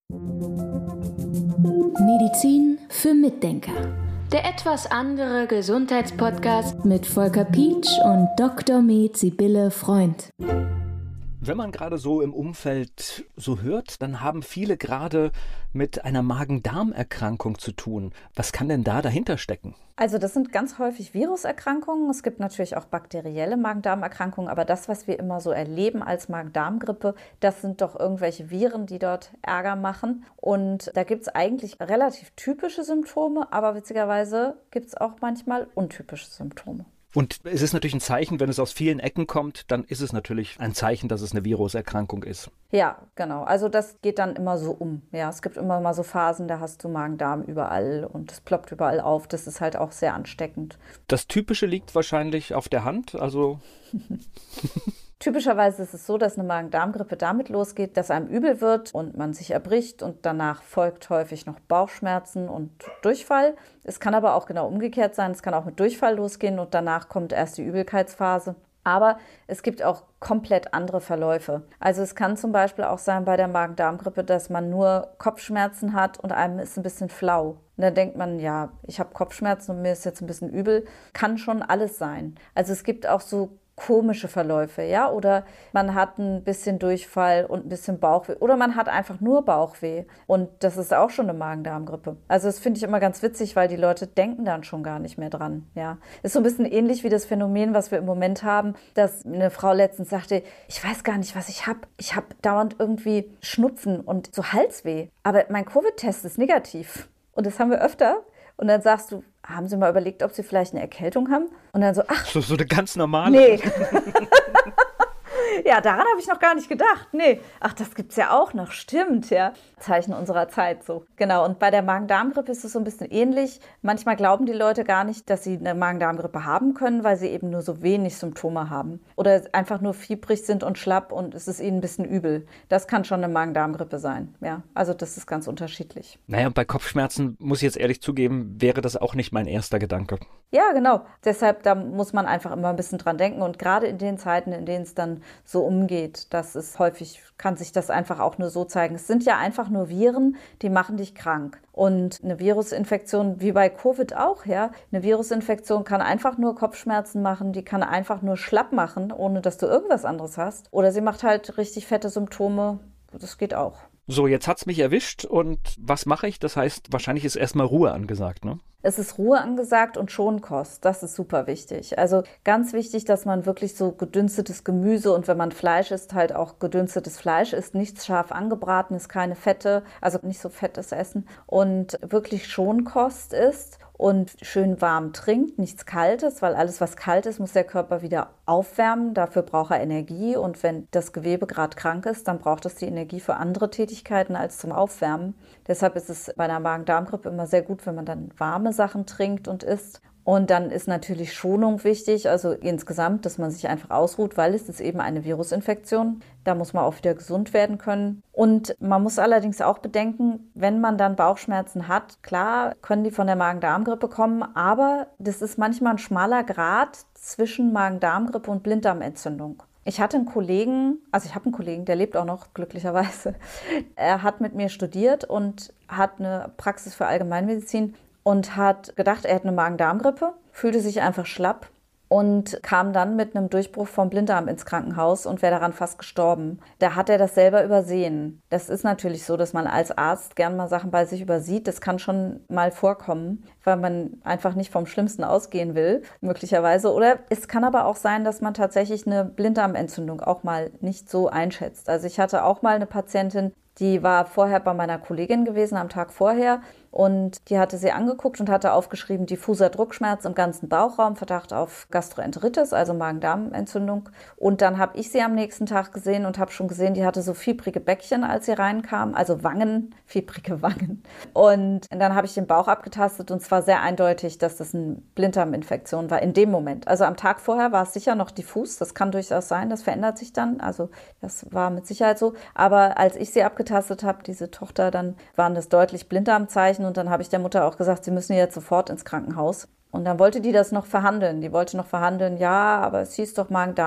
Medizin für Mitdenker. Der etwas andere Gesundheitspodcast mit Volker Pietsch und Dr. Med Sibylle Freund. Wenn man gerade so im Umfeld so hört, dann haben viele gerade mit einer Magen-Darm-Erkrankung zu tun. Was kann denn da dahinter stecken? Also das sind ganz häufig Viruserkrankungen. Es gibt natürlich auch bakterielle Magen-Darm-Erkrankungen, aber das, was wir immer so erleben als Magen-Darm-Grippe, das sind doch irgendwelche Viren, die dort Ärger machen. Und da gibt es eigentlich relativ typische Symptome, aber witzigerweise gibt es auch manchmal untypische Symptome. Und es ist natürlich ein Zeichen, wenn es aus vielen Ecken kommt, dann ist es natürlich ein Zeichen, dass es eine Viruserkrankung ist. Ja, genau. Also das geht dann immer so um. Ja, es gibt immer mal so Phasen, da hast du Magen-Darm überall und es ploppt überall auf. Das ist halt auch sehr ansteckend. Das Typische liegt wahrscheinlich auf der Hand, also... Typischerweise ist es so, dass eine Magen-Darm-Grippe damit losgeht, dass einem übel wird und man sich erbricht und danach folgt häufig noch Bauchschmerzen und Durchfall. Es kann aber auch genau umgekehrt sein. Es kann auch mit Durchfall losgehen und danach kommt erst die Übelkeitsphase. Aber es gibt auch komplett andere Verläufe. Also es kann zum Beispiel auch sein bei der Magen-Darm-Grippe, dass man nur Kopfschmerzen hat und einem ist ein bisschen flau. Und dann denkt man, ja, ich habe Kopfschmerzen und mir ist jetzt ein bisschen übel. Kann schon alles sein. Also es gibt auch so komische Verläufe, ja, oder man hat ein bisschen Durchfall und ein bisschen Bauchweh oder man hat einfach nur Bauchweh und das ist auch schon eine Magen-Darm-Grippe. Also das finde ich immer ganz witzig, weil die Leute denken dann schon gar nicht mehr dran, ja. Ist so ein bisschen ähnlich wie das Phänomen, was wir im Moment haben, dass eine Frau letztens sagte, ich weiß gar nicht, was ich habe. Ich habe dauernd irgendwie Schnupfen und so Halsweh, aber mein Covid-Test ist negativ und das haben wir öfter. Und dann sagst du, haben Sie mal überlegt, ob Sie vielleicht eine Erkältung haben? Und dann so, ach. So eine ganz normale? Nee. Ja, daran habe ich noch gar nicht gedacht. Nee. Ach, das gibt's ja auch noch. Stimmt, ja. Zeichen unserer Zeit so. Genau. Und bei der Magen-Darm-Grippe ist es so ein bisschen ähnlich. Manchmal glauben die Leute gar nicht, dass sie eine Magen-Darm-Grippe haben können, weil sie eben nur so wenig Symptome haben. Oder einfach nur fiebrig sind und schlapp und es ist ihnen ein bisschen übel. Das kann schon eine Magen-Darm-Grippe sein. Ja. Also das ist ganz unterschiedlich. Naja, und bei Kopfschmerzen, muss ich jetzt ehrlich zugeben, wäre das auch nicht mein erster Gedanke. Ja, genau. Deshalb, da muss man einfach immer ein bisschen dran denken. Und gerade in den Zeiten, in denen es dann so umgeht, das ist häufig, kann sich das einfach auch nur so zeigen. Es sind ja einfach nur Viren, die machen dich krank. Und eine Virusinfektion, wie bei Covid auch, ja, eine Virusinfektion kann einfach nur Kopfschmerzen machen, die kann einfach nur schlapp machen, ohne dass du irgendwas anderes hast. Oder sie macht halt richtig fette Symptome. Das geht auch. So, jetzt hat's mich erwischt und was mache ich? Das heißt, wahrscheinlich ist erstmal Ruhe angesagt, ne? Es ist Ruhe angesagt und Schonkost. Das ist super wichtig. Also ganz wichtig, dass man wirklich so gedünstetes Gemüse und wenn man Fleisch isst, halt auch gedünstetes Fleisch isst. Nichts scharf angebratenes, keine Fette, also nicht so fettes Essen. Und wirklich Schonkost isst und schön warm trinkt, nichts Kaltes, weil alles, was kalt ist, muss der Körper wieder aufwärmen. Dafür braucht er Energie und wenn das Gewebe gerade krank ist, dann braucht es die Energie für andere Tätigkeiten als zum Aufwärmen. Deshalb ist es bei einer Magen-Darm-Grippe immer sehr gut, wenn man dann warme Sachen trinkt und isst. Und dann ist natürlich Schonung wichtig, also insgesamt, dass man sich einfach ausruht, weil es ist eben eine Virusinfektion. Da muss man auch wieder gesund werden können. Und man muss allerdings auch bedenken, wenn man dann Bauchschmerzen hat, klar können die von der Magen-Darm-Grippe kommen, aber das ist manchmal ein schmaler Grat zwischen Magen-Darm-Grippe und Blinddarmentzündung. Ich habe einen Kollegen, der lebt auch noch, glücklicherweise. Er hat mit mir studiert und hat eine Praxis für Allgemeinmedizin und hat gedacht, er hätte eine Magen-Darm-Grippe, fühlte sich einfach schlapp und kam dann mit einem Durchbruch vom Blinddarm ins Krankenhaus und wäre daran fast gestorben. Da hat er das selber übersehen. Das ist natürlich so, dass man als Arzt gern mal Sachen bei sich übersieht. Das kann schon mal vorkommen, weil man einfach nicht vom Schlimmsten ausgehen will, möglicherweise. Oder es kann aber auch sein, dass man tatsächlich eine Blinddarmentzündung auch mal nicht so einschätzt. Also ich hatte auch mal eine Patientin, die war vorher bei meiner Kollegin gewesen, am Tag vorher. Und die hatte sie angeguckt und hatte aufgeschrieben, diffuser Druckschmerz im ganzen Bauchraum, Verdacht auf Gastroenteritis, also Magen-Darm-Entzündung. Und dann habe ich sie am nächsten Tag gesehen und habe schon gesehen, die hatte so fiebrige Bäckchen, als sie reinkam, also Wangen, fiebrige Wangen. Und dann habe ich den Bauch abgetastet und es war sehr eindeutig, dass das eine Blinddarminfektion war in dem Moment. Also am Tag vorher war es sicher noch diffus, das kann durchaus sein, das verändert sich dann, also das war mit Sicherheit so. Aber als ich sie abgetastet habe, diese Tochter, dann waren das deutlich Blinddarmzeichen. Und dann habe ich der Mutter auch gesagt, sie müssen jetzt sofort ins Krankenhaus. Und dann wollte die das noch verhandeln. Die wollte noch verhandeln, ja, aber es hieß doch Magen-Darm.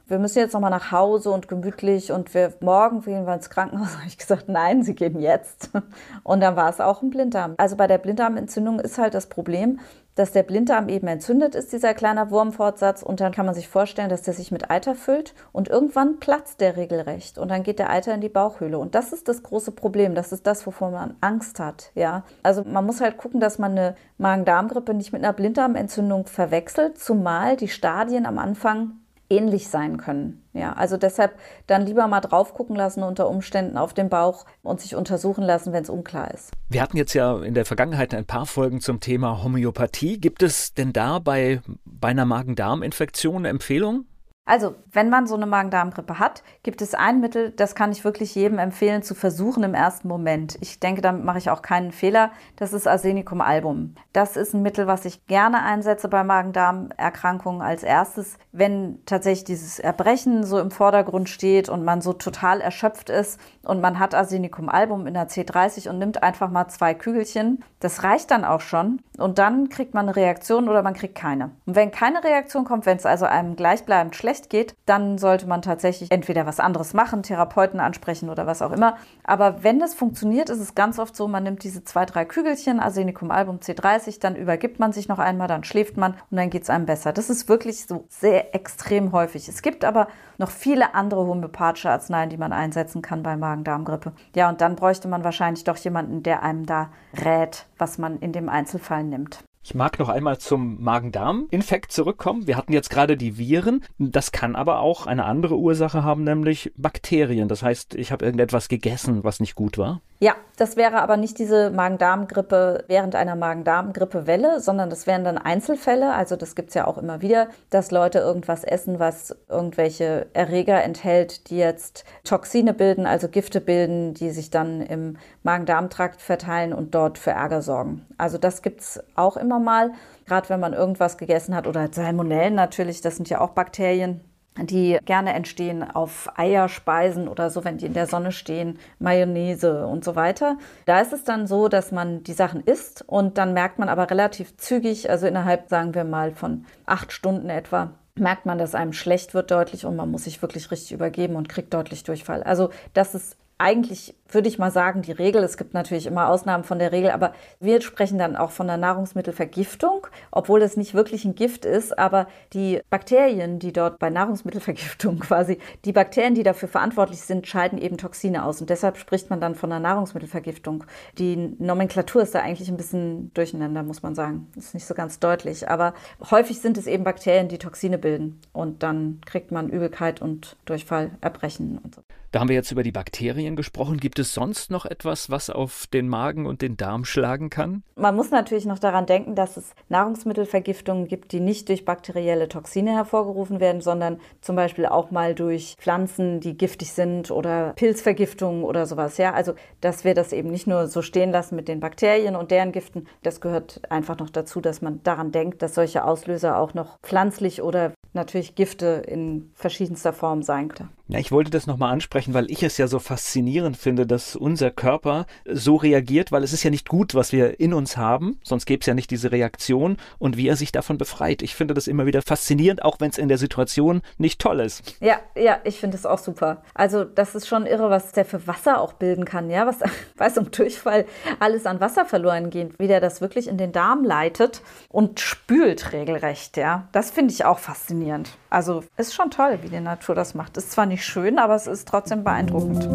wir müssen jetzt nochmal nach Hause und gemütlich und morgen gehen wir ins Krankenhaus. Habe ich gesagt, nein, Sie gehen jetzt. Und dann war es auch ein Blinddarm. Also bei der Blinddarmentzündung ist halt das Problem, dass der Blinddarm eben entzündet ist, dieser kleine Wurmfortsatz. Und dann kann man sich vorstellen, dass der sich mit Eiter füllt. Und irgendwann platzt der regelrecht. Und dann geht der Eiter in die Bauchhöhle. Und das ist das große Problem. Das ist das, wovor man Angst hat. Ja? Also man muss halt gucken, dass man eine Magen-Darm-Grippe nicht mit einer Blinddarmentzündung verwechselt. Zumal die Stadien am Anfang ähnlich sein können. Ja, also deshalb dann lieber mal drauf gucken lassen unter Umständen auf den Bauch und sich untersuchen lassen, wenn es unklar ist. Wir hatten jetzt ja in der Vergangenheit ein paar Folgen zum Thema Homöopathie. Gibt es denn da bei einer Magen-Darm-Infektion eine Empfehlung? Also, wenn man so eine Magen-Darm-Grippe hat, gibt es ein Mittel, das kann ich wirklich jedem empfehlen, zu versuchen im ersten Moment. Ich denke, damit mache ich auch keinen Fehler. Das ist Arsenicum album. Das ist ein Mittel, was ich gerne einsetze bei Magen-Darm-Erkrankungen als erstes, wenn tatsächlich dieses Erbrechen so im Vordergrund steht und man so total erschöpft ist und man hat Arsenicum album in der C30 und nimmt einfach mal 2 Kügelchen. Das reicht dann auch schon und dann kriegt man eine Reaktion oder man kriegt keine. Und wenn keine Reaktion kommt, wenn es also einem gleichbleibend schlecht geht, dann sollte man tatsächlich entweder was anderes machen, Therapeuten ansprechen oder was auch immer. Aber wenn das funktioniert, ist es ganz oft so, man nimmt diese 2, 3 Kügelchen, Arsenicum album C30, dann übergibt man sich noch einmal, dann schläft man und dann geht es einem besser. Das ist wirklich so sehr extrem häufig. Es gibt aber noch viele andere homöopathische Arzneien, die man einsetzen kann bei Magen-Darm-Grippe. Ja, und dann bräuchte man wahrscheinlich doch jemanden, der einem da rät, was man in dem Einzelfall nimmt. Ich mag noch einmal zum Magen-Darm-Infekt zurückkommen. Wir hatten jetzt gerade die Viren. Das kann aber auch eine andere Ursache haben, nämlich Bakterien. Das heißt, ich habe irgendetwas gegessen, was nicht gut war. Ja, das wäre aber nicht diese Magen-Darm-Grippe während einer Magen-Darm-Grippe-Welle, sondern das wären dann Einzelfälle. Also das gibt es ja auch immer wieder, dass Leute irgendwas essen, was irgendwelche Erreger enthält, die jetzt Toxine bilden, also Gifte bilden, die sich dann im Magen-Darm-Trakt verteilen und dort für Ärger sorgen. Also das gibt es auch immer mal, gerade wenn man irgendwas gegessen hat oder Salmonellen natürlich, das sind ja auch Bakterien, die gerne entstehen auf Eierspeisen oder so, wenn die in der Sonne stehen, Mayonnaise und so weiter. Da ist es dann so, dass man die Sachen isst und dann merkt man aber relativ zügig, also innerhalb, sagen wir mal, von 8 Stunden etwa, merkt man, dass einem schlecht wird deutlich und man muss sich wirklich richtig übergeben und kriegt deutlich Durchfall. Also das ist eigentlich, würde ich mal sagen, die Regel. Es gibt natürlich immer Ausnahmen von der Regel, aber wir sprechen dann auch von der Nahrungsmittelvergiftung, obwohl es nicht wirklich ein Gift ist, aber die Bakterien, die dort bei Nahrungsmittelvergiftung quasi, die Bakterien, die dafür verantwortlich sind, scheiden eben Toxine aus und deshalb spricht man dann von einer Nahrungsmittelvergiftung. Die Nomenklatur ist da eigentlich ein bisschen durcheinander, muss man sagen. Das ist nicht so ganz deutlich, aber häufig sind es eben Bakterien, die Toxine bilden und dann kriegt man Übelkeit und Durchfall, Erbrechen und so. Da haben wir jetzt über die Bakterien gesprochen. Gibt es sonst noch etwas, was auf den Magen und den Darm schlagen kann? Man muss natürlich noch daran denken, dass es Nahrungsmittelvergiftungen gibt, die nicht durch bakterielle Toxine hervorgerufen werden, sondern zum Beispiel auch mal durch Pflanzen, die giftig sind oder Pilzvergiftungen oder sowas. Ja, also dass wir das eben nicht nur so stehen lassen mit den Bakterien und deren Giften. Das gehört einfach noch dazu, dass man daran denkt, dass solche Auslöser auch noch pflanzlich oder natürlich Gifte in verschiedenster Form sein können. Ja, ich wollte das nochmal ansprechen, weil ich es ja so faszinierend finde, dass unser Körper so reagiert, weil es ist ja nicht gut, was wir in uns haben, sonst gäbe es ja nicht diese Reaktion und wie er sich davon befreit. Ich finde das immer wieder faszinierend, auch wenn es in der Situation nicht toll ist. Ja, ich finde es auch super. Also das ist schon irre, was der für Wasser auch bilden kann, ja, was bei so einem Durchfall alles an Wasser verloren geht, wie der das wirklich in den Darm leitet und spült regelrecht, ja. Das finde ich auch faszinierend. Also ist schon toll, wie die Natur das macht. Ist zwar nicht schön, aber es ist trotzdem beeindruckend.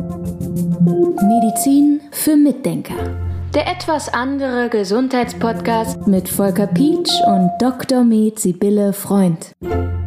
Medizin für Mitdenker. Der etwas andere Gesundheitspodcast mit Volker Pietsch und Dr. Med Sibylle Freund.